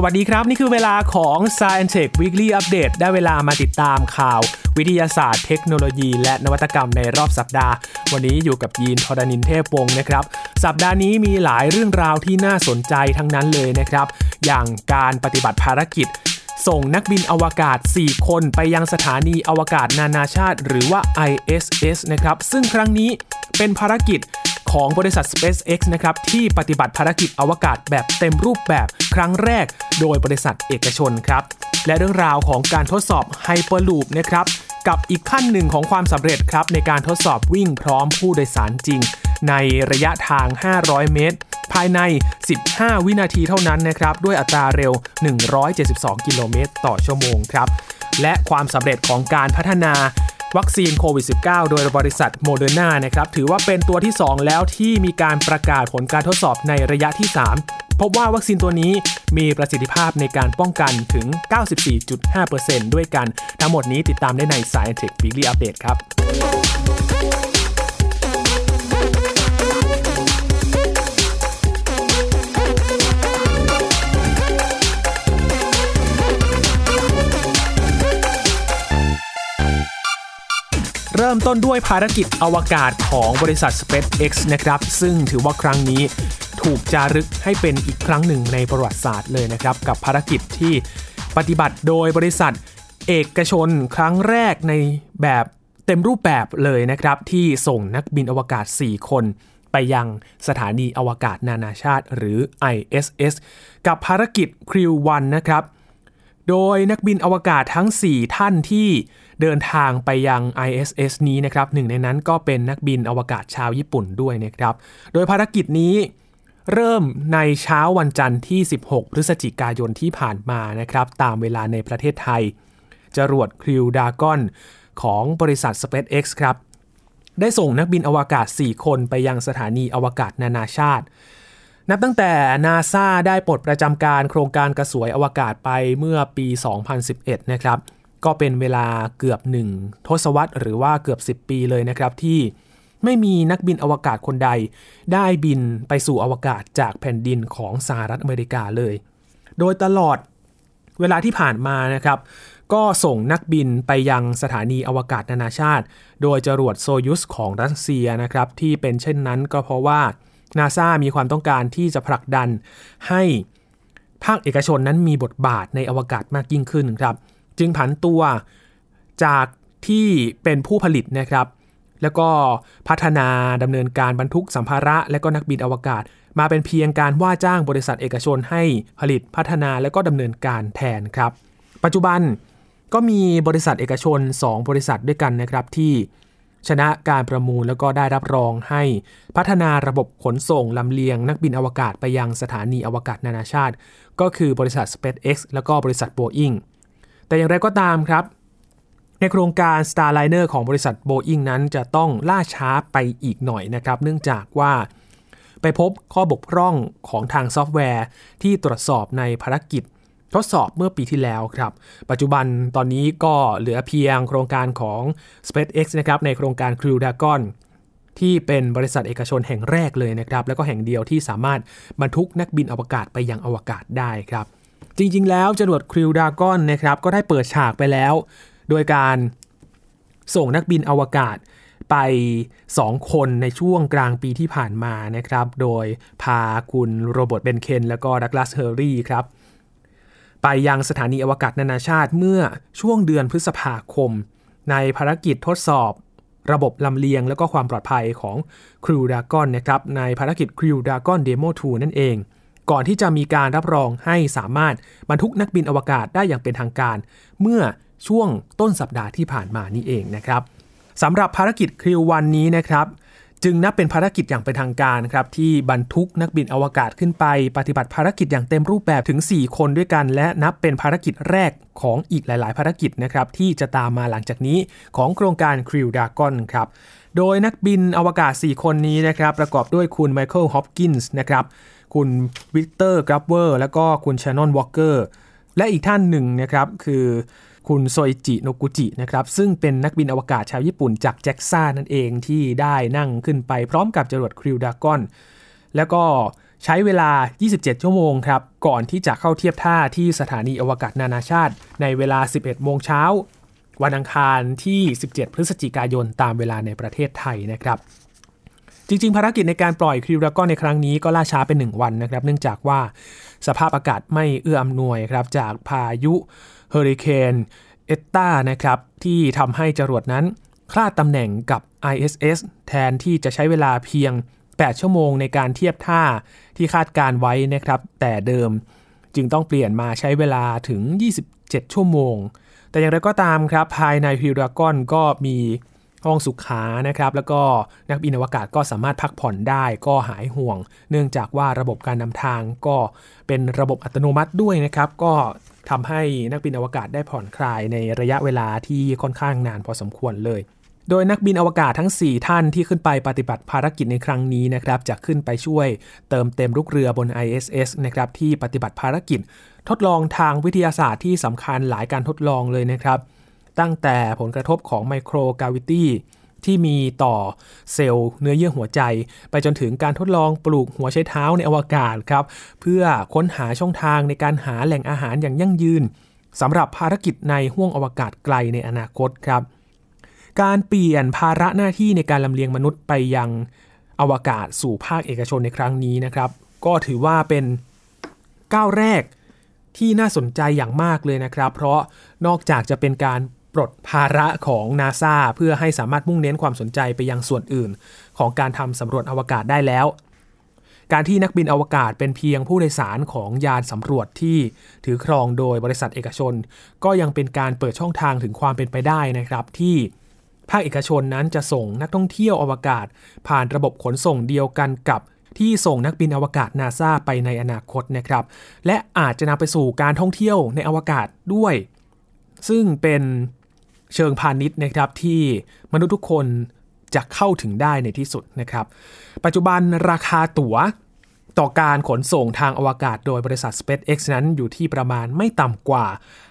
สวัสดีครับนี่คือเวลาของ Science Tech Weekly Update ได้เวลามาติดตามข่าววิทยาศาสตร์เทคโนโลยีและนวัตกรรมในรอบสัปดาห์วันนี้อยู่กับยีนทรณินเทพวงศ์นะครับสัปดาห์นี้มีหลายเรื่องราวที่น่าสนใจทั้งนั้นเลยนะครับอย่างการปฏิบัติภารกิจส่งนักบินอวกาศ4คนไปยังสถานีอวกาศนานาชาติหรือว่า ISS นะครับซึ่งครั้งนี้เป็นภารกิจของบริษัท SpaceX นะครับที่ปฏิบัติภารกิจอวกาศแบบเต็มรูปแบบครั้งแรกโดยบริษัทเอกชนครับและเรื่องราวของการทดสอบ Hyperloop นะครับกับอีกขั้นหนึ่งของความสำเร็จครับในการทดสอบวิ่งพร้อมผู้โดยสารจริงในระยะทาง500 เมตรภายใน15วินาทีเท่านั้นนะครับด้วยอัตราเร็ว172กิโลเมตรต่อชั่วโมงครับและความสำเร็จของการพัฒนาวัคซีนโควิด -19 โดยบริษัทโมเดอร์นานะครับถือว่าเป็นตัวที่2แล้วที่มีการประกาศผลการทดสอบในระยะที่3พบว่าวัคซีนตัวนี้มีประสิทธิภาพในการป้องกันถึง 94.5% ด้วยกันทั้งหมดนี้ติดตามได้ใน Science Tech Weekly Update ครับเริ่มต้นด้วยภารกิจอวกาศของบริษัท SpaceX นะครับซึ่งถือว่าครั้งนี้ถูกจารึกให้เป็นอีกครั้งหนึ่งในประวัติศาสตร์เลยนะครับกับภารกิจที่ปฏิบัติโดยบริษัทเอกชนครั้งแรกในแบบเต็มรูปแบบเลยนะครับที่ส่งนักบินอวกาศ4คนไปยังสถานีอวกาศนานาชาติหรือ ISS กับภารกิจ Crew 1 นะครับโดยนักบินอวกาศทั้ง4ท่านที่เดินทางไปยัง ISS นี้นะครับหนึ่งในนั้นก็เป็นนักบินอวกาศชาวญี่ปุ่นด้วยนะครับโดยภารกิจนี้เริ่มในเช้าวันจันทร์ที่16พฤศจิกายนที่ผ่านมานะครับตามเวลาในประเทศไทยจรวด Crew Dragon ของบริษัท SpaceX ครับได้ส่งนักบินอวกาศ4คนไปยังสถานีอวกาศนานาชาตินับตั้งแต่ NASA ได้ปลดประจำการโครงการกระสวยอวกาศไปเมื่อปี 2011 นะครับก็เป็นเวลาเกือบ1ทศวรรษหรือว่าเกือบ10ปีเลยนะครับที่ไม่มีนักบินอวกาศคนใดได้บินไปสู่อวกาศจากแผ่นดินของสหรัฐอเมริกาเลยโดยตลอดเวลาที่ผ่านมานะครับก็ส่งนักบินไปยังสถานีอวกาศนานาชาติโดยจรวดโซยุสของรัสเซียนะครับที่เป็นเช่นนั้นก็เพราะว่า NASA มีความต้องการที่จะผลักดันให้ภาคเอกชนนั้นมีบทบาทในอวกาศมากยิ่งขึ้นครับจึงผันตัวจากที่เป็นผู้ผลิตนะครับแล้วก็พัฒนาดำเนินการบรรทุกสัมภาระและก็นักบินอวกาศมาเป็นเพียงการว่าจ้างบริษัทเอกชนให้ผลิตพัฒนาและก็ดำเนินการแทนครับปัจจุบันก็มีบริษัทเอกชน2บริษัทด้วยกันนะครับที่ชนะการประมูลแล้วก็ได้รับรองให้พัฒนาระบบขนส่งลำเลียงนักบินอวกาศไปยังสถานีอวกาศนานาชาติก็คือบริษัท SpaceX แล้วก็บริษัท Boeing แต่อย่างไรก็ตามครับในโครงการ Starliner ของบริษัท Boeing นั้นจะต้องล่าช้าไปอีกหน่อยนะครับเนื่องจากว่าไปพบข้อบกพร่องของทางซอฟต์แวร์ที่ตรวจสอบในภารกิจทดสอบเมื่อปีที่แล้วครับปัจจุบันตอนนี้ก็เหลือเพียงโครงการของ SpaceX นะครับในโครงการ Crew Dragon ที่เป็นบริษัทเอกชนแห่งแรกเลยนะครับแล้วก็แห่งเดียวที่สามารถบรรทุกนักบินอวกาศไปยังอวกาศได้ครับจริงๆแล้วจรวด Crew Dragon นะครับก็ได้เปิดฉากไปแล้วโดยการส่งนักบินอวกาศไป2คนในช่วงกลางปีที่ผ่านมานะครับโดยพาคุณโรเบิร์ต เบนเคนและก็ดักลาส เฮอร์รี่ครับไปยังสถานีอวกาศนานาชาติเมื่อช่วงเดือนพฤษภาคมในภารกิจทดสอบระบบลำเลียงและก็ความปลอดภัยของ Crew Dragon นะครับในภารกิจ Crew Dragon Demo 2 นั่นเองก่อนที่จะมีการรับรองให้สามารถบรรทุกนักบินอวกาศได้อย่างเป็นทางการเมื่อช่วงต้นสัปดาห์ที่ผ่านมานี่เองนะครับสำหรับภารกิจ Crew 1 นี้นะครับจึงนับเป็นภารกิจอย่างเป็นทางการครับที่บรรทุกนักบินอวกาศขึ้นไปปฏิบัติภารกิจอย่างเต็มรูปแบบถึง4คนด้วยกันและนับเป็นภารกิจแรกของอีกหลายๆภารกิจนะครับที่จะตามมาหลังจากนี้ของโครงการ Crew Dragon ครับโดยนักบินอวกาศ4คนนี้นะครับประกอบด้วยคุณไมเคิล ฮอปกินส์นะครับคุณวิกเตอร์ กราฟเวอร์แล้วก็คุณชานน วอลเกอร์และอีกท่านหนึ่งนะครับคือคุณโซอิจิ โนกุจินะครับซึ่งเป็นนักบินอวกาศชาวญี่ปุ่นจากแจ็กซ่านั่นเองที่ได้นั่งขึ้นไปพร้อมกับจรวด Crew Dragon แล้วก็ใช้เวลา27ชั่วโมงครับก่อนที่จะเข้าเทียบท่าที่สถานีอวกาศนานาชาติในเวลา 11 โมงเช้าวันอังคารที่17พฤศจิกายนตามเวลาในประเทศไทยนะครับจริงๆภารกิจในการปล่อย Crew Dragon ในครั้งนี้ก็ล่าช้าเป็น1วันนะครับเนื่องจากว่าสภาพอากาศไม่เอื้ออำนวยครับจากพายุเฮอริเคนเอตตานะครับที่ทำให้จรวดนั้นคลาดตำแหน่งกับ ISS แทนที่จะใช้เวลาเพียง8ชั่วโมงในการเทียบท่าที่คาดการไว้นะครับแต่เดิมจึงต้องเปลี่ยนมาใช้เวลาถึง27ชั่วโมงแต่อย่างไรก็ตามครับภายใน Crew Dragon ก็มีห้องสุขานะครับแล้วก็นักบินอวกาศก็สามารถพักผ่อนได้ก็หายห่วงเนื่องจากว่าระบบการนำทางก็เป็นระบบอัตโนมัติด้วยนะครับก็ทำให้นักบินอวกาศได้ผ่อนคลายในระยะเวลาที่ค่อนข้างนานพอสมควรเลยโดยนักบินอวกาศทั้ง4ท่านที่ขึ้นไปปฏิบัติภารกิจในครั้งนี้นะครับจะขึ้นไปช่วยเติมเต็มลูกเรือบน ISS นะครับที่ปฏิบัติภารกิจทดลองทางวิทยาศาสตร์ที่สำคัญหลายการทดลองเลยนะครับตั้งแต่ผลกระทบของไมโครกราวิตี้ที่มีต่อเซลล์เนื้อเยื่อหัวใจไปจนถึงการทดลองปลูกหัวไชเท้าในอวกาศครับเพื่อค้นหาช่องทางในการหาแหล่งอาหารอย่างยั่งยืนสำหรับภารกิจในห้วงอวกาศไกลในอนาคตครับการเปลี่ยนภาระหน้าที่ในการลำเลียงมนุษย์ไปยังอวกาศสู่ภาคเอกชนในครั้งนี้นะครับก็ถือว่าเป็นก้าวแรกที่น่าสนใจอย่างมากเลยนะครับเพราะนอกจากจะเป็นการปลดภาระของ NASA เพื่อให้สามารถมุ่งเน้นความสนใจไปยังส่วนอื่นของการทำสำรวจอวกาศได้แล้วการที่นักบินอวกาศเป็นเพียงผู้โดยสารของยานสำรวจที่ถือครองโดยบริษัทเอกชนก็ยังเป็นการเปิดช่องทางถึงความเป็นไปได้นะครับที่ภาคเอกชนนั้นจะส่งนักท่องเที่ยวอวกาศผ่านระบบขนส่งเดียวกันกับที่ส่งนักบินอวกาศ NASA ไปในอนาคตนะครับและอาจจะนำไปสู่การท่องเที่ยวในอวกาศด้วยซึ่งเป็นเชิงพาณิชย์นะครับที่มนุษย์ทุกคนจะเข้าถึงได้ในที่สุดนะครับปัจจุบันราคาตั๋วต่อการขนส่งทางอวกาศโดยบริษัท SpaceX นั้นอยู่ที่ประมาณไม่ต่ำกว่า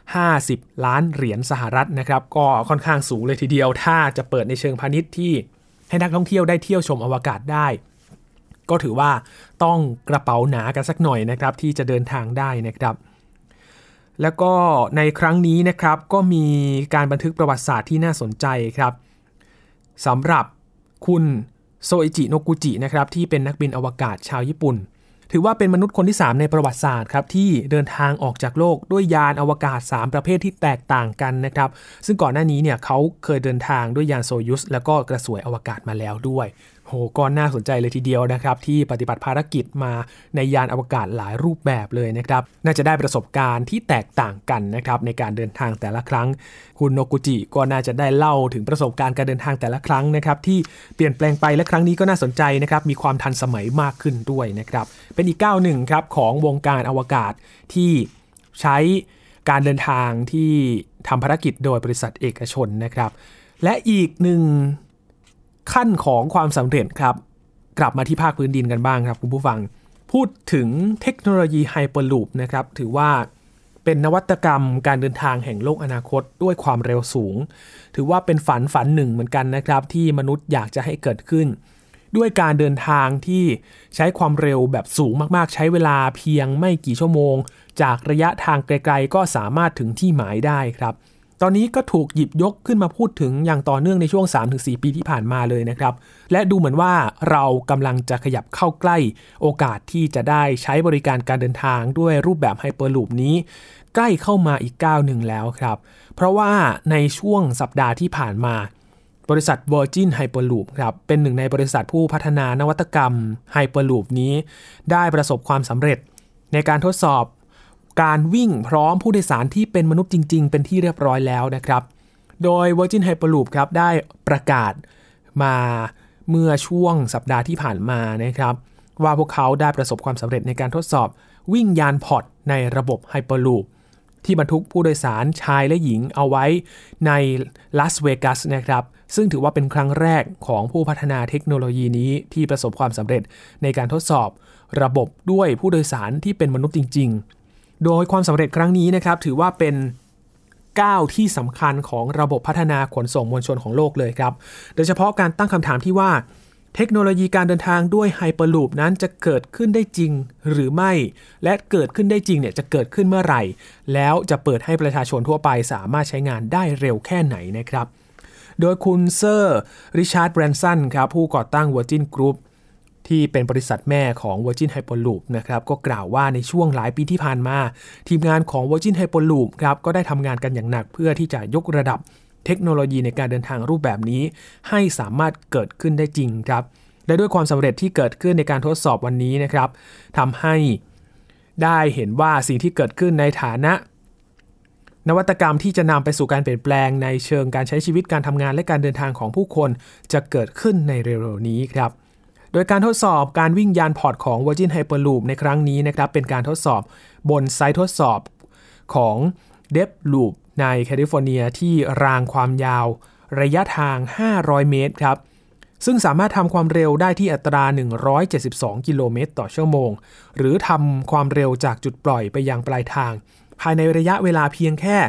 50ล้านเหรียญสหรัฐนะครับก็ค่อนข้างสูงเลยทีเดียวถ้าจะเปิดในเชิงพาณิชย์ที่ให้นักท่องเที่ยวได้เที่ยวชมอวกาศได้ก็ถือว่าต้องกระเป๋าหนากันสักหน่อยนะครับที่จะเดินทางได้นะครับแล้วก็ในครั้งนี้นะครับก็มีการบันทึกประวัติศาสตร์ที่น่าสนใจครับสำหรับคุณโซอิจิโนกุจินะครับที่เป็นนักบินอวกาศชาวญี่ปุ่นถือว่าเป็นมนุษย์คนที่3ในประวัติศาสตร์ครับที่เดินทางออกจากโลกด้วยยานอวกาศ3ประเภทที่แตกต่างกันนะครับซึ่งก่อนหน้านี้เนี่ยเขาเคยเดินทางด้วยยานโซยุสแล้วก็กระสวยอวกาศมาแล้วด้วยโหก็น่าสนใจเลยทีเดียวนะครับที่ปฏิบัติภารกิจมาในยานอวกาศหลายรูปแบบเลยนะครับน่าจะได้ประสบการณ์ที่แตกต่างกันนะครับในการเดินทางแต่ละครั้งคุณโนกุจิก็น่าจะได้เล่าถึงประสบการณ์การเดินทางแต่ละครั้งนะครับที่เปลี่ยนแปลงไปและครั้งนี้ก็น่าสนใจนะครับมีความทันสมัยมากขึ้นด้วยนะครับเป็นอีกก้าวหนึ่งครับของวงการอวกาศที่ใช้การเดินทางที่ทำภารกิจโดยบริษัทเอกชนนะครับและอีกหนึ่งขั้นของความสำเร็จครับกลับมาที่ภาคพื้นดินกันบ้างครับคุณผู้ฟังพูดถึงเทคโนโลยีไฮเปอร์ลูปนะครับถือว่าเป็นนวัตกรรมการเดินทางแห่งโลกอนาคตด้วยความเร็วสูงถือว่าเป็นฝันหนึ่งเหมือนกันนะครับที่มนุษย์อยากจะให้เกิดขึ้นด้วยการเดินทางที่ใช้ความเร็วแบบสูงมากๆใช้เวลาเพียงไม่กี่ชั่วโมงจากระยะทางไกลๆก็สามารถถึงที่หมายได้ครับตอนนี้ก็ถูกหยิบยกขึ้นมาพูดถึงอย่างต่อเนื่องในช่วง 3-4 ปีที่ผ่านมาเลยนะครับและดูเหมือนว่าเรากำลังจะขยับเข้าใกล้โอกาสที่จะได้ใช้บริการการเดินทางด้วยรูปแบบไฮเปอร์ลูปนี้ใกล้เข้ามาอีกก้าวหนึ่งแล้วครับเพราะว่าในช่วงสัปดาห์ที่ผ่านมาบริษัท Virgin Hyperloop ครับเป็นหนึ่งในบริษัทผู้พัฒนานวัตกรรม Hyperloop นี้ได้ประสบความสำเร็จในการทดสอบการวิ่งพร้อมผู้โดยสารที่เป็นมนุษย์จริงๆเป็นที่เรียบร้อยแล้วนะครับโดย Virgin Hyperloop ครับได้ประกาศมาเมื่อช่วงสัปดาห์ที่ผ่านมานะครับว่าพวกเขาได้ประสบความสำเร็จในการทดสอบวิ่งยานพอร์ตในระบบ Hyperloop ที่บรรทุกผู้โดยสารชายและหญิงเอาไว้ในลาสเวกัสนะครับซึ่งถือว่าเป็นครั้งแรกของผู้พัฒนาเทคโนโลยีนี้ที่ประสบความสำเร็จในการทดสอบระบบด้วยผู้โดยสารที่เป็นมนุษย์จริงๆโดยความสำเร็จครั้งนี้นะครับถือว่าเป็นก้าวที่สำคัญของระบบพัฒนาขนส่งมวลชนของโลกเลยครับโดยเฉพาะการตั้งคำถามที่ว่าเทคโนโลยีการเดินทางด้วยไฮเปอร์ลูปนั้นจะเกิดขึ้นได้จริงหรือไม่และเกิดขึ้นได้จริงเนี่ยจะเกิดขึ้นเมื่อไหร่แล้วจะเปิดให้ประชาชนทั่วไปสามารถใช้งานได้เร็วแค่ไหนนะครับโดยคุณเซอร์ริชาร์ดแบรนสันครับผู้ก่อตั้ง Virgin Group ที่เป็นบริษัทแม่ของ Virgin Hyperloop นะครับก็กล่าวว่าในช่วงหลายปีที่ผ่านมาทีมงานของ Virgin Hyperloop ครับก็ได้ทำงานกันอย่างหนักเพื่อที่จะยกระดับเทคโนโลยีในการเดินทางรูปแบบนี้ให้สามารถเกิดขึ้นได้จริงครับและด้วยความสำเร็จที่เกิดขึ้นในการทดสอบวันนี้นะครับทำให้ได้เห็นว่าสิ่งที่เกิดขึ้นในฐานะนวัตกรรมที่จะนำไปสู่การเปลี่ยนแปลงในเชิงการใช้ชีวิตการทำงานและการเดินทางของผู้คนจะเกิดขึ้นในเร็วๆนี้ครับโดยการทดสอบการวิ่งยานพอร์ตของ Virgin Hyperloop ในครั้งนี้นะครับเป็นการทดสอบบนไซต์ทดสอบของ Deep Loop ในแคลิฟอร์เนียที่รางความยาวระยะทาง500 เมตรครับซึ่งสามารถทำความเร็วได้ที่อัตรา172กิโลเมตรต่อชั่วโมงหรือทำความเร็วจากจุดปล่อยไปยังปลายทางภายในระยะเวลาเพียงแค่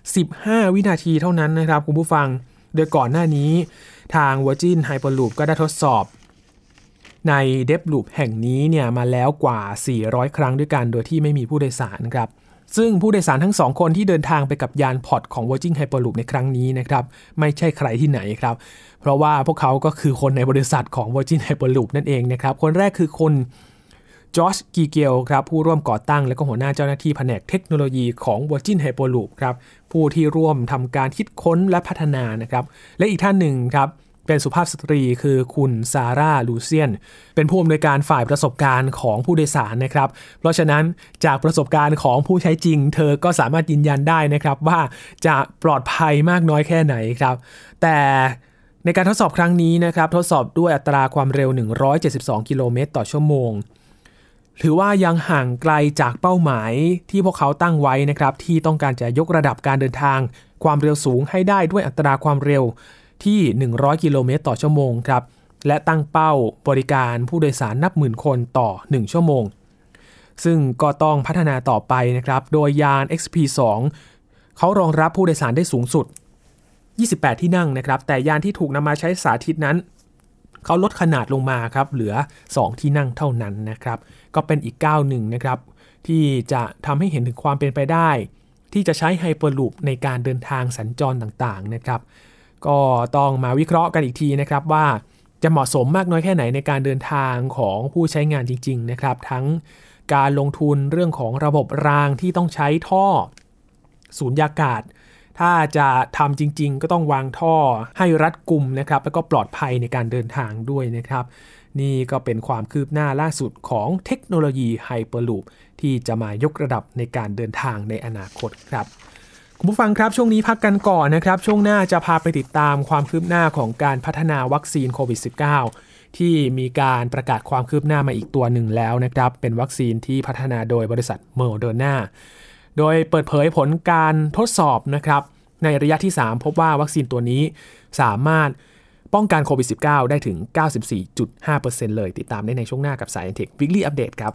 15วินาทีเท่านั้นนะครับคุณผู้ฟังโดยก่อนหน้านี้ทาง Virgin Hyperloop ก็ได้ทดสอบใน Deep Loop แห่งนี้เนี่ยมาแล้วกว่า400ครั้งด้วยกันโดยที่ไม่มีผู้โดยสารครับซึ่งผู้โดยสารทั้ง2คนที่เดินทางไปกับยานพอร์ตของ Virgin Hyperloop ในครั้งนี้นะครับไม่ใช่ใครที่ไหนครับเพราะว่าพวกเขาก็คือคนในบริษัทของ Virgin Hyperloop นั่นเองนะครับคนแรกคือคนจอร์จกีเกลครับผู้ร่วมก่อตั้งและก็หัวหน้าเจ้าหน้าที่แผนกเทคโนโลยีของ Virgin Hyperloop ครับผู้ที่ร่วมทำการคิดค้นและพัฒนานะครับและอีกท่านหนึ่งครับเป็นสุภาพสตรีคือคุณซาร่าลูเซียนเป็นผู้อำนวยการฝ่ายประสบการณ์ของผู้โดยสารนะครับเพราะฉะนั้นจากประสบการณ์ของผู้ใช้จริงเธอก็สามารถยืนยันได้นะครับว่าจะปลอดภัยมากน้อยแค่ไหนครับแต่ในการทดสอบครั้งนี้นะครับทดสอบด้วยอัตราความเร็ว172กิโลเมตรต่อชั่วโมงถือว่ายังห่างไกลจากเป้าหมายที่พวกเขาตั้งไว้นะครับที่ต้องการจะยกระดับการเดินทางความเร็วสูงให้ได้ด้วยอัตราความเร็วที่100กิโลเมตรต่อชั่วโมงครับและตั้งเป้าบริการผู้โดยสารนับหมื่นคนต่อ1ชั่วโมงซึ่งก็ต้องพัฒนาต่อไปนะครับโดยยาน XP2 เขารองรับผู้โดยสารได้สูงสุด28ที่นั่งนะครับแต่ยานที่ถูกนำมาใช้สาธิตนั้นเขาลดขนาดลงมาครับเหลือ2ที่นั่งเท่านั้นนะครับก็เป็นอีกก้าวหนึ่งนะครับที่จะทำให้เห็นถึงความเป็นไปได้ที่จะใช้ไฮเปอร์ลูปในการเดินทางสัญจรต่างๆนะครับก็ต้องมาวิเคราะห์กันอีกทีนะครับว่าจะเหมาะสมมากน้อยแค่ไหนในการเดินทางของผู้ใช้งานจริงๆนะครับทั้งการลงทุนเรื่องของระบบรางที่ต้องใช้ท่อสูญญากาศถ้าจะทำจริงๆก็ต้องวางท่อให้รัดกุมนะครับแล้วก็ปลอดภัยในการเดินทางด้วยนะครับนี่ก็เป็นความคืบหน้าล่าสุดของเทคโนโลยีไฮเปอร์ลูปที่จะมายกระดับในการเดินทางในอนาคตครับคุณผู้ฟังครับช่วงนี้พักกันก่อนนะครับช่วงหน้าจะพาไปติดตามความคืบหน้าของการพัฒนาวัคซีนโควิด -19 ที่มีการประกาศความคืบหน้ามาอีกตัวหนึ่งแล้วนะครับเป็นวัคซีนที่พัฒนาโดยบริษัทโมเดอร์นาโดยเปิดเผยผลการทดสอบนะครับในระยะที่3พบว่าวัคซีนตัวนี้สามารถป้องกันโควิด -19 ได้ถึง 94.5% เลยติดตามได้ในช่วงหน้ากับ Science Tech Weekly Update ครับ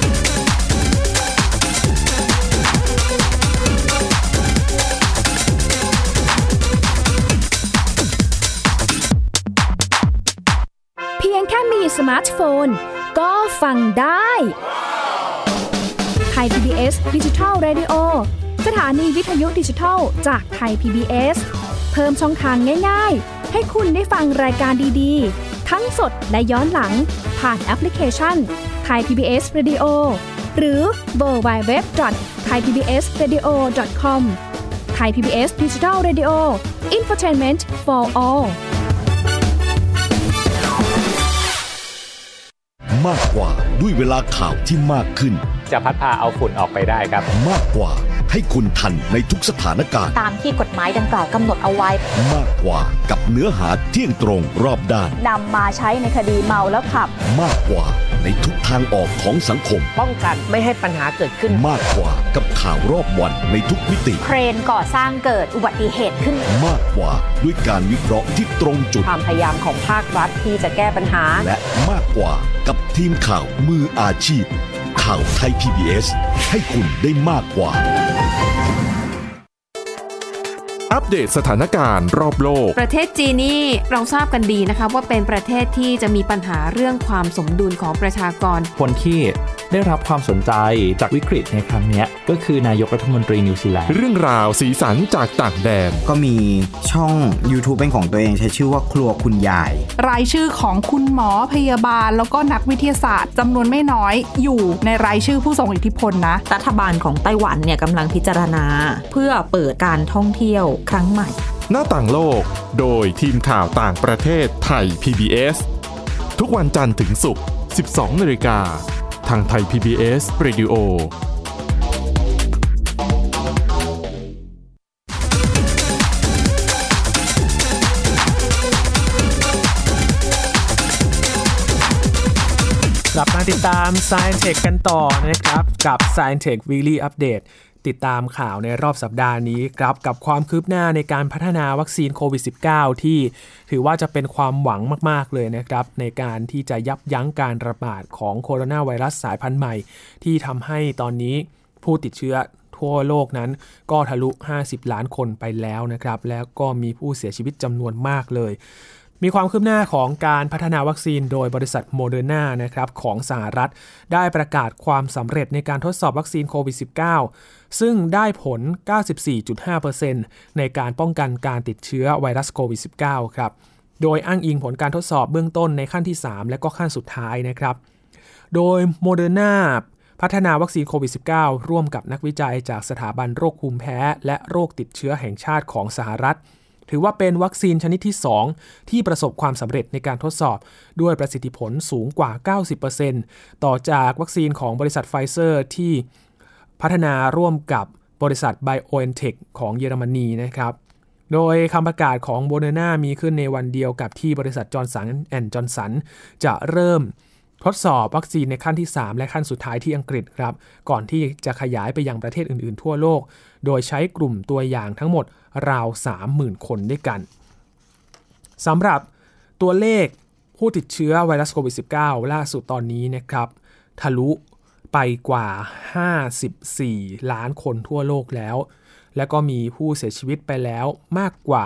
เพียงแค่มีสมาร์ทโฟนก็ฟังได้ไทย PBS Digital Radio สถานีวิทยุดิจิทัลจากไทย PBS เพิ่มช่องทางง่ายๆให้คุณได้ฟังรายการดีๆทั้งสดและย้อนหลังผ่านแอปพลิเคชัน Thai PBS Radio หรือ www.thaipbsradio.com Thai PBS Digital Radio Infotainment for all มากกว่าด้วยเวลาข่าวที่มากขึ้นจะพัดพาเอาฝุ่นออกไปได้ครับมากกว่าให้คุณทันในทุกสถานการณ์ตามที่กฎหมายดังกล่าวกำหนดเอาไว้มากกว่ากับเนื้อหาเที่ยงตรงรอบด้านนำมาใช้ในคดีเมาแล้วขับมากกว่าในทุกทางออกของสังคมป้องกันไม่ให้ปัญหาเกิดขึ้นมากกว่ากับข่าวรอบวันในทุกมิติเครนก่อสร้างเกิดอุบัติเหตุขึ้นมากกว่าด้วยการวิเคราะห์ที่ตรงจุดความพยายามของภาครัฐที่จะแก้ปัญหาและมากกว่ากับทีมข่าวมืออาชีพข่าวไทย PBS ให้คุณได้มากกว่าอัปเดตสถานการณ์รอบโลกประเทศจีนนี่เราทราบกันดีนะคะว่าเป็นประเทศที่จะมีปัญหาเรื่องความสมดุลของประชากรคนที่ได้รับความสนใจจากวิกฤตในครั้งนี้ก็คือนายกรัฐมนตรีนิวซีแลนด์เรื่องราวสีสันจากต่างแดนก็มีช่อง YouTube เป็นของตัวเองใช้ชื่อว่าครัวคุณยายรายชื่อของคุณหมอพยาบาลแล้วก็นักวิทยาศาสตร์จำนวนไม่น้อยอยู่ในรายชื่อผู้ทรงอิทธิพลนะรัฐบาลของไต้หวันเนี่ยกำลังพิจารณาเพื่อเปิดการท่องเที่ยวครั้งใหม่หน้าต่างโลกโดยทีมข่าวต่างประเทศไทย PBS ทุกวันจันทร์ถึงศุกร์ 12:00 น.ทางไทย PBS Radio กลับมาติดตาม Science Tech กันต่อนะครับกับ Science Tech Weekly Update ติดตามข่าวในรอบสัปดาห์นี้ครับกับความคืบหน้าในการพัฒนาวัคซีนโควิด -19 ที่ถือว่าจะเป็นความหวังมากๆเลยนะครับในการที่จะยับยั้งการระบาดของโคโรนาไวรัสสายพันธุ์ใหม่ที่ทำให้ตอนนี้ผู้ติดเชื้อทั่วโลกนั้นก็ทะลุ50 ล้านคนไปแล้วนะครับแล้วก็มีผู้เสียชีวิตจำนวนมากเลยมีความคืบหน้าของการพัฒนาวัคซีนโดยบริษัทโมเดอร์นานะครับของสหรัฐได้ประกาศความสำเร็จในการทดสอบวัคซีนโควิด -19 ซึ่งได้ผล 94.5% ในการป้องกันการติดเชื้อไวรัสโควิด -19 ครับโดยอ้างอิงผลการทดสอบเบื้องต้นในขั้นที่ 3 และก็ขั้นสุดท้ายนะครับโดยโมเดอร์นาพัฒนาวัคซีนโควิด -19 ร่วมกับนักวิจัยจากสถาบันโรคภูมิแพ้และโรคติดเชื้อแห่งชาติของสหรัฐถือว่าเป็นวัคซีนชนิดที่ 2 ที่ประสบความสำเร็จในการทดสอบด้วยประสิทธิผลสูงกว่า 90% ต่อจากวัคซีนของบริษัทไฟเซอร์ที่พัฒนาร่วมกับบริษัท BioNTech ของเยอรมนีนะครับโดยคำประกาศของโมเดอร์นามีขึ้นในวันเดียวกับที่บริษัทจอห์นสันแอนด์จอห์นสันจะเริ่มทดสอบวัคซีนในขั้นที่ 3 และขั้นสุดท้ายที่อังกฤษครับก่อนที่จะขยายไปยังประเทศอื่นๆทั่วโลกโดยใช้กลุ่มตัวอย่างทั้งหมดราว 30,000 คนด้วยกันสำหรับตัวเลขผู้ติดเชื้อไวรัสโควิด -19 ล่าสุดตอนนี้นะครับทะลุไปกว่า54 ล้านคนทั่วโลกแล้วและก็มีผู้เสียชีวิตไปแล้วมากกว่า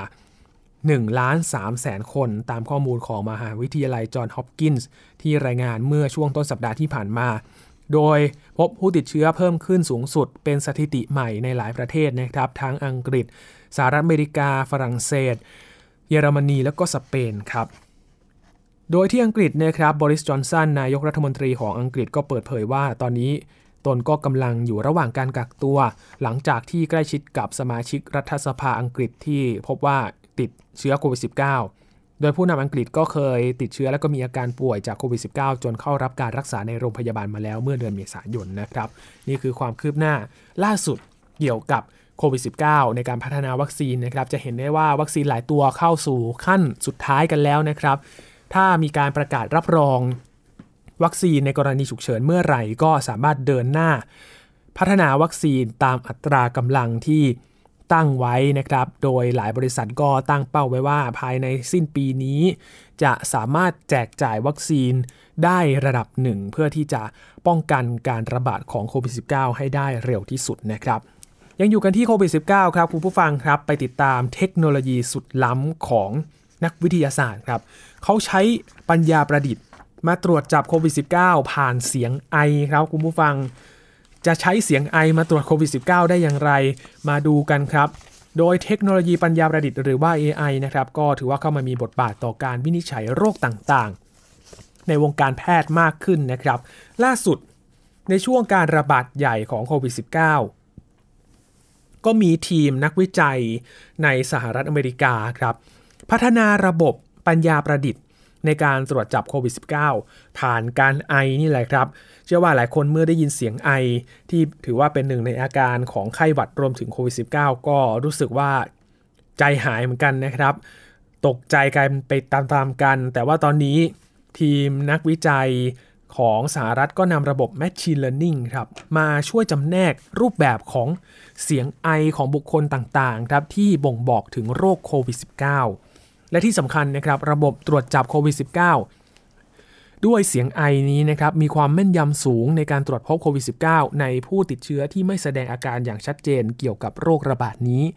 1,300,000 คนตามข้อมูลของมหาวิทยาลัยจอห์นฮอปกินส์ที่รายงานเมื่อช่วงต้นสัปดาห์ที่ผ่านมาโดยพบผู้ติดเชื้อเพิ่มขึ้นสูงสุดเป็นสถิติใหม่ในหลายประเทศนะครับทั้งอังกฤษสหรัฐอเมริกาฝรั่งเศสเยอรมนีและก็สเปนครับโดยที่อังกฤษนะครับบริส จอนสันนายกรัฐมนตรีของอังกฤษก็เปิดเผยว่าตอนนี้ตนก็กำลังอยู่ระหว่างการกักตัวหลังจากที่ใกล้ชิดกับสมาชิกรัฐสภาอังกฤษที่พบว่าติดเชื้อโควิด -19 โดยผู้นำอังกฤษก็เคยติดเชื้อและก็มีอาการป่วยจากโควิด -19 จนเข้ารับการรักษาในโรงพยาบาลมาแล้วเมื่อเดือนเมษายนนะครับนี่คือความคืบหน้าล่าสุดเกี่ยวกับโควิด -19 ในการพัฒนาวัคซีนนะครับจะเห็นได้ว่าวัคซีนหลายตัวเข้าสู่ขั้นสุดท้ายกันแล้วนะครับถ้ามีการประกาศรับรองวัคซีนในกรณีฉุกเฉินเมื่อไหร่ก็สามารถเดินหน้าพัฒนาวัคซีนตามอัตรากำลังที่ตั้งไว้นะครับโดยหลายบริษัทก็ตั้งเป้าไว้ว่าภายในสิ้นปีนี้จะสามารถแจกจ่ายวัคซีนได้ระดับหนึ่งเพื่อที่จะป้องกันการระบาดของโควิด -19 ให้ได้เร็วที่สุดนะครับยังอยู่กันที่โควิด -19 ครับคุณผู้ฟังครับไปติดตามเทคโนโลยีสุดล้ำของนักวิทยาศาสตร์ครับเขาใช้ปัญญาประดิษฐ์มาตรวจจับโควิด -19 ผ่านเสียงไอครับคุณผู้ฟังจะใช้เสียงไอมาตรวจโควิด -19 ได้อย่างไรมาดูกันครับโดยเทคโนโลยีปัญญาประดิษฐ์หรือว่า AI นะครับก็ถือว่าเข้ามามีบทบาทต่อการวินิจฉัยโรคต่างๆในวงการแพทย์มากขึ้นนะครับล่าสุดในช่วงการระบาดใหญ่ของโควิด -19 ก็มีทีมนักวิจัยในสหรัฐอเมริกาครับพัฒนาระบบปัญญาประดิษฐ์ในการตรวจจับโควิด -19 ผ่านการไอนี่แหละครับเชื่อว่าหลายคนเมื่อได้ยินเสียงไอที่ถือว่าเป็นหนึ่งในอาการของไข้หวัดรวมถึงโควิด -19 ก็รู้สึกว่าใจหายเหมือนกันนะครับตกใจกันไปตามๆกันแต่ว่าตอนนี้ทีมนักวิจัยของสหรัฐก็นำระบบ Machine Learning ครับมาช่วยจำแนกรูปแบบของเสียงไอของบุคคลต่างๆครับที่บ่งบอกถึงโรคโควิด -19 และที่สำคัญนะครับระบบตรวจจับโควิด -19 ด้วยเสียงไอนี้นะครับมีความแม่นยำสูงในการตรวจพบโควิด -19 ในผู้ติดเชื้อที่ไม่แสดงอาการอย่างชัดเจนเกี่ยวกับโรคระบาดนี้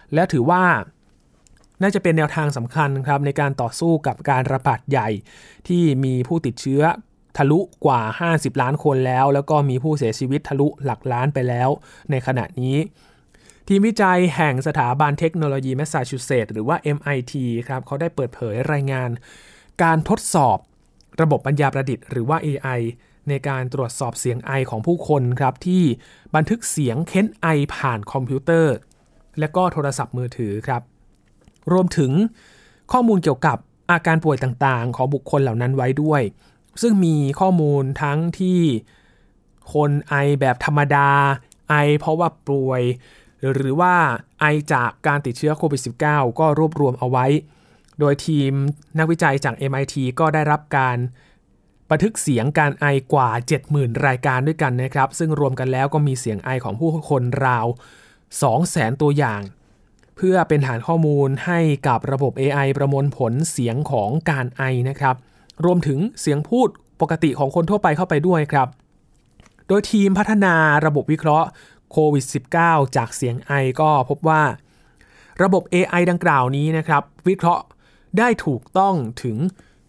และถือว่าน่าจะเป็นแนวทางสำคัญครับในการต่อสู้กับการระบาดใหญ่ที่มีผู้ติดเชื้อทะลุกว่า50ล้านคนแล้วก็มีผู้เสียชีวิตทะลุหลักล้านไปแล้วในขณะนี้ทีมวิจัยแห่งสถาบันเทคโนโลยีแมสซาชูเซตส์หรือว่า MIT ครับเขาได้เปิดเผยรายงานการทดสอบระบบปัญญาประดิษฐ์หรือว่า AI ในการตรวจสอบเสียงไอของผู้คนครับที่บันทึกเสียงเค้นไอผ่านคอมพิวเตอร์และก็โทรศัพท์มือถือครับรวมถึงข้อมูลเกี่ยวกับอาการป่วยต่างๆของบุคคลเหล่านั้นไว้ด้วยซึ่งมีข้อมูลทั้งที่คนไอแบบธรรมดาไอเพราะว่าป่วยหรือว่าไอจากการติดเชื้อโควิด -19 ก็รวบรวมเอาไว้โดยทีมนักวิจัยจาก MIT ก็ได้รับการบันทึกเสียงการไอกว่า 70,000 รายการด้วยกันนะครับซึ่งรวมกันแล้วก็มีเสียงไอของผู้คนราว 200,000 ตัวอย่างเพื่อเป็นฐานข้อมูลให้กับระบบ AI ประมวลผลเสียงของการไอนะครับรวมถึงเสียงพูดปกติของคนทั่วไปเข้าไปด้วยครับโดยทีมพัฒนาระบบวิเคราะห์โควิด -19 จากเสียงไอก็พบว่าระบบ AI ดังกล่าวนี้นะครับวิเคราะห์ได้ถูกต้องถึง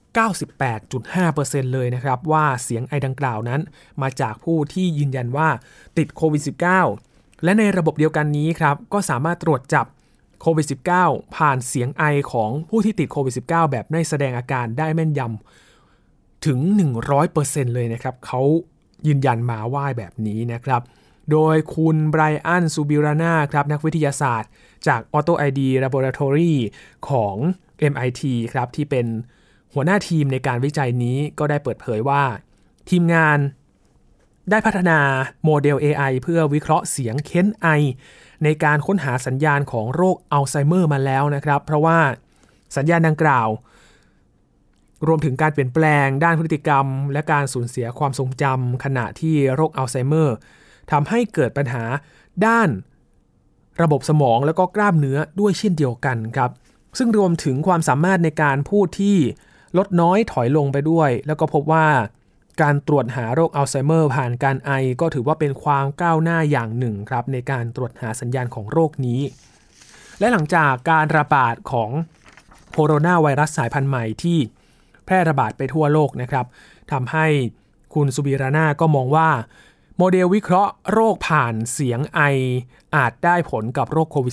98.5% เลยนะครับว่าเสียงไอดังกล่าวนั้นมาจากผู้ที่ยืนยันว่าติดโควิด -19 และในระบบเดียวกันนี้ครับก็สามารถตรวจจับโควิด -19 ผ่านเสียงไอของผู้ที่ติดโควิด -19 แบบไม่แสดงอาการได้แม่นยำถึง 100% เลยนะครับเขายืนยันมาว่าแบบนี้นะครับโดยคุณไบรอันซูบิรานาครับนักวิทยาศาสตร์จาก Auto ID Laboratory ของ MIT ครับที่เป็นหัวหน้าทีมในการวิจัยนี้ก็ได้เปิดเผยว่าทีมงานได้พัฒนาโมเดล AI เพื่อวิเคราะห์เสียงเค้นไอในการค้นหาสัญญาณของโรคอัลไซเมอร์มาแล้วนะครับเพราะว่าสัญญาณดังกล่าวรวมถึงการเปลี่ยนแปลงด้านพฤติกรรมและการสูญเสียความทรงจำขณะที่โรคอัลไซเมอร์ทำให้เกิดปัญหาด้านระบบสมองและก็กล้ามเนื้อด้วยเช่นเดียวกันครับซึ่งรวมถึงความสามารถในการพูดที่ลดน้อยถอยลงไปด้วยแล้วก็พบว่าการตรวจหาโรคอัลไซเมอร์ผ่านการไอก็ถือว่าเป็นความก้าวหน้าอย่างหนึ่งครับในการตรวจหาสัญญาณของโรคนี้และหลังจากการระบาดของโคโรนาไวรัสสายพันธุ์ใหม่ที่แพร่ระบาดไปทั่วโลกนะครับทำให้คุณซูบิรานาก็มองว่าโมเดลวิเคราะห์โรคผ่านเสียงไออาจได้ผลกับโรคโควิด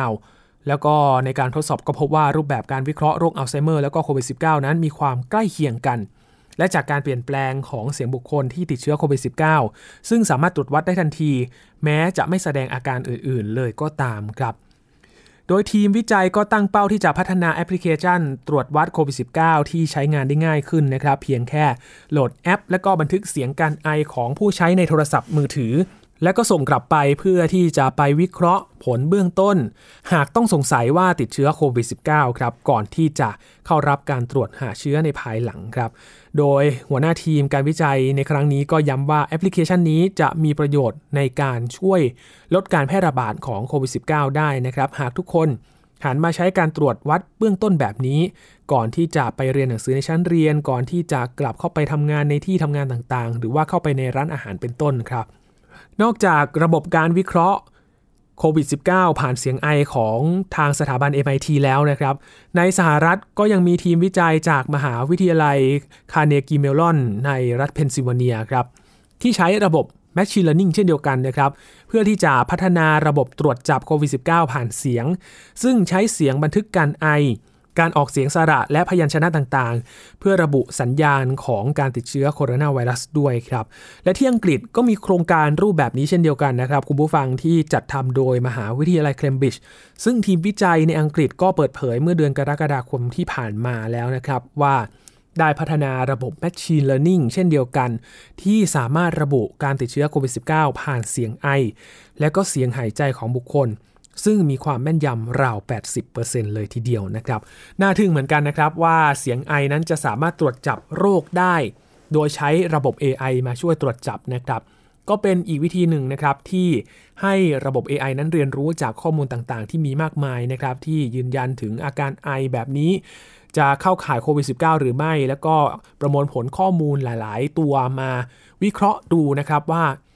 -19 แล้วก็ในการทดสอบก็พบว่ารูปแบบการวิเคราะห์โรคอัลไซเมอร์แล้วก็โควิด -19 นั้นมีความใกล้เคียงกันและจากการเปลี่ยนแปลงของเสียงบุคคลที่ติดเชื้อโควิด -19 ซึ่งสามารถตรวจวัดได้ทันทีแม้จะไม่แสดงอาการอื่นๆเลยก็ตามครับโดยทีมวิจัยก็ตั้งเป้าที่จะพัฒนาแอปพลิเคชันตรวจวัดโควิด -19 ที่ใช้งานได้ง่ายขึ้นนะครับเพียงแค่โหลดแอปและก็บันทึกเสียงการไอของผู้ใช้ในโทรศัพท์มือถือและก็ส่งกลับไปเพื่อที่จะไปวิเคราะห์ผลเบื้องต้นหากต้องสงสัยว่าติดเชื้อโควิด -19 ครับก่อนที่จะเข้ารับการตรวจหาเชื้อในภายหลังครับโดยหัวหน้าทีมการวิจัยในครั้งนี้ก็ย้ำว่าแอปพลิเคชันนี้จะมีประโยชน์ในการช่วยลดการแพร่ระบาดของโควิด -19 ได้นะครับหากทุกคนหันมาใช้การตรวจวัดเบื้องต้นแบบนี้ก่อนที่จะไปเรียนหนังสือในชั้นเรียนก่อนที่จะกลับเข้าไปทำงานในที่ทำงานต่างๆหรือว่าเข้าไปในร้านอาหารเป็นต้นครับนอกจากระบบการวิเคราะห์โควิด -19 ผ่านเสียงไอของทางสถาบัน MIT แล้วนะครับในสหรัฐก็ยังมีทีมวิจัยจากมหาวิทยาลัยคาร์เนกีเมลลอนในรัฐเพนซิลเวเนียครับที่ใช้ระบบMachine Learning เช่นเดียวกันนะครับเพื่อที่จะพัฒนาระบบตรวจจับโควิด -19 ผ่านเสียงซึ่งใช้เสียงบันทึกการไอการออกเสียงสระและพยัญชนะต่างๆเพื่อระบุสัญญาณของการติดเชื้อโคโรนาไวรัสด้วยครับและที่อังกฤษก็มีโครงการรูปแบบนี้เช่นเดียวกันนะครับคุณผู้ฟังที่จัดทำโดยมหาวิทยาลัยเคมบริดจ์ซึ่งทีมวิจัยในอังกฤษก็เปิดเผยเมื่อเดือนกรกฎาคมที่ผ่านมาแล้วนะครับว่าได้พัฒนาระบบ Machine Learning เช่นเดียวกันที่สามารถระบุการติดเชื้อโควิด -19 ผ่านเสียงไอและก็เสียงหายใจของบุคคลซึ่งมีความแม่นยำราว 80% เลยทีเดียวนะครับน่าทึ่งเหมือนกันนะครับว่าเสียงไอนั้นจะสามารถตรวจจับโรคได้โดยใช้ระบบ AI มาช่วยตรวจจับนะครับก็เป็นอีกวิธีหนึ่งนะครับที่ให้ระบบ AI นั้นเรียนรู้จากข้อมูลต่างๆที่มีมากมายนะครับที่ยืนยันถึงอาการไอแบบนี้จะเข้าข่ายโควิด -19 หรือไม่แล้วก็ประมวลผลข้อมูลหลายๆตัวมาวิเคราะห์ดูนะครับว่า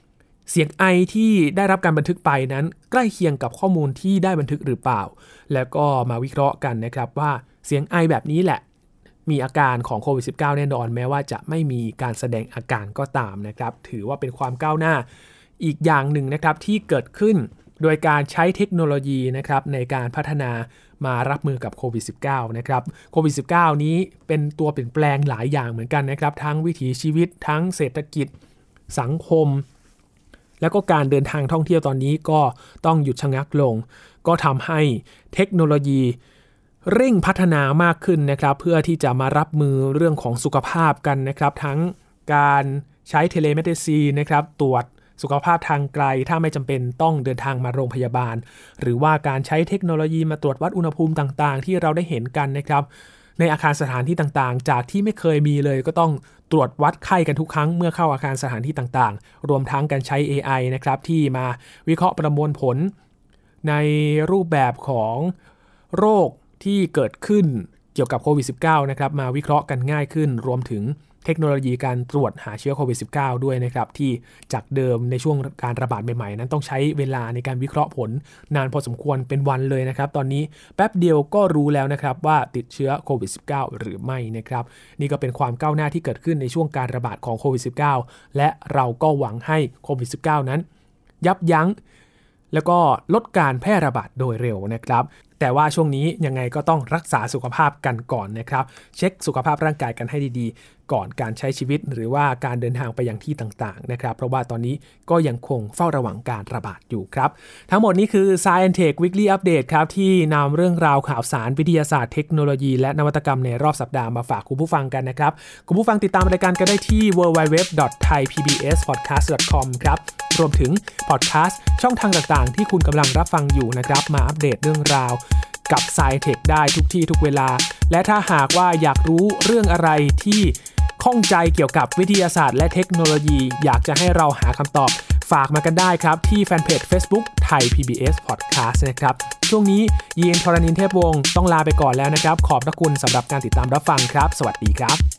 เสียงไอที่ได้รับการบันทึกไปนั้นใกล้เคียงกับข้อมูลที่ได้บันทึกหรือเปล่าแล้วก็มาวิเคราะห์กันนะครับว่าเสียงไอแบบนี้แหละมีอาการของโควิด -19 แน่นอนแม้ว่าจะไม่มีการแสดงอาการก็ตามนะครับถือว่าเป็นความก้าวหน้าอีกอย่างหนึ่งนะครับที่เกิดขึ้นโดยการใช้เทคโนโลยีนะครับในการพัฒนามารับมือกับโควิด -19 นะครับโควิด -19 นี้เป็นตัวเปลี่ยนแปลงหลายอย่างเหมือนกันนะครับทั้งวิถีชีวิตทั้งเศรษฐกิจสังคมแล้วก็การเดินทางท่องเที่ยวตอนนี้ก็ต้องหยุดชะงักลงก็ทำให้เทคโนโลยีเร่งพัฒนามากขึ้นนะครับเพื่อที่จะมารับมือเรื่องของสุขภาพกันนะครับทั้งการใช้เทเลเมดิซีนนะครับตรวจสุขภาพทางไกลถ้าไม่จำเป็นต้องเดินทางมาโรงพยาบาลหรือว่าการใช้เทคโนโลยีมาตรวจวัดอุณหภูมิต่างๆที่เราได้เห็นกันนะครับในอาคารสถานที่ต่างๆจากที่ไม่เคยมีเลยก็ต้องตรวจวัดไข้กันทุกครั้งเมื่อเข้าอาคารสถานที่ต่างๆรวมทั้งการใช้ AI นะครับที่มาวิเคราะห์ประมวลผลในรูปแบบของโรคที่เกิดขึ้นเกี่ยวกับโควิด -19 นะครับมาวิเคราะห์กันง่ายขึ้นรวมถึงเทคโนโลยีการตรวจหาเชื้อโควิด -19 ด้วยนะครับที่จากเดิมในช่วงการระบาดใหม่ๆนั้นต้องใช้เวลาในการวิเคราะห์ผลนานพอสมควรเป็นวันเลยนะครับตอนนี้แป๊บเดียวก็รู้แล้วนะครับว่าติดเชื้อโควิด -19 หรือไม่นะครับนี่ก็เป็นความก้าวหน้าที่เกิดขึ้นในช่วงการระบาดของโควิด -19 และเราก็หวังให้โควิด -19 นั้นยับยั้งแล้วก็ลดการแพร่ระบาดโดยเร็วนะครับแต่ว่าช่วงนี้ยังไงก็ต้องรักษาสุขภาพกันก่อนนะครับเช็คสุขภาพร่างกายกันให้ดีๆก่อนการใช้ชีวิตหรือว่าการเดินทางไปยังที่ต่างๆนะครับเพราะว่าตอนนี้ก็ยังคงเฝ้าระวังการระบาดอยู่ครับทั้งหมดนี้คือ Science Tech Weekly Update ครับที่นำเรื่องราวข่าวสารวิทยาศาสตร์เทคโนโลยีและนวัตกรรมในรอบสัปดาห์มาฝากคุณผู้ฟังกันนะครับคุณผู้ฟังติดตามรายการกันได้ที่ www.thaipbspodcast.com ครับรวมถึงพอดแคสต์ช่องทางต่างๆที่คุณกำลังรับฟังอยู่นะครับมาอัปเดตเรื่องราวกับ Science Tech ได้ทุกที่ทุกเวลาและถ้าหากว่าอยากรู้เรื่องอะไรที่ข้องใจเกี่ยวกับวิทยาศาสตร์และเทคโนโลยีอยากจะให้เราหาคำตอบฝากมากันได้ครับที่แฟนเพจ Facebook ไทย PBS Podcast นะครับช่วงนี้ยีนทรณินเทพวงศ์ต้องลาไปก่อนแล้วนะครับขอบพระคุณสำหรับการติดตามรับฟังครับสวัสดีครับ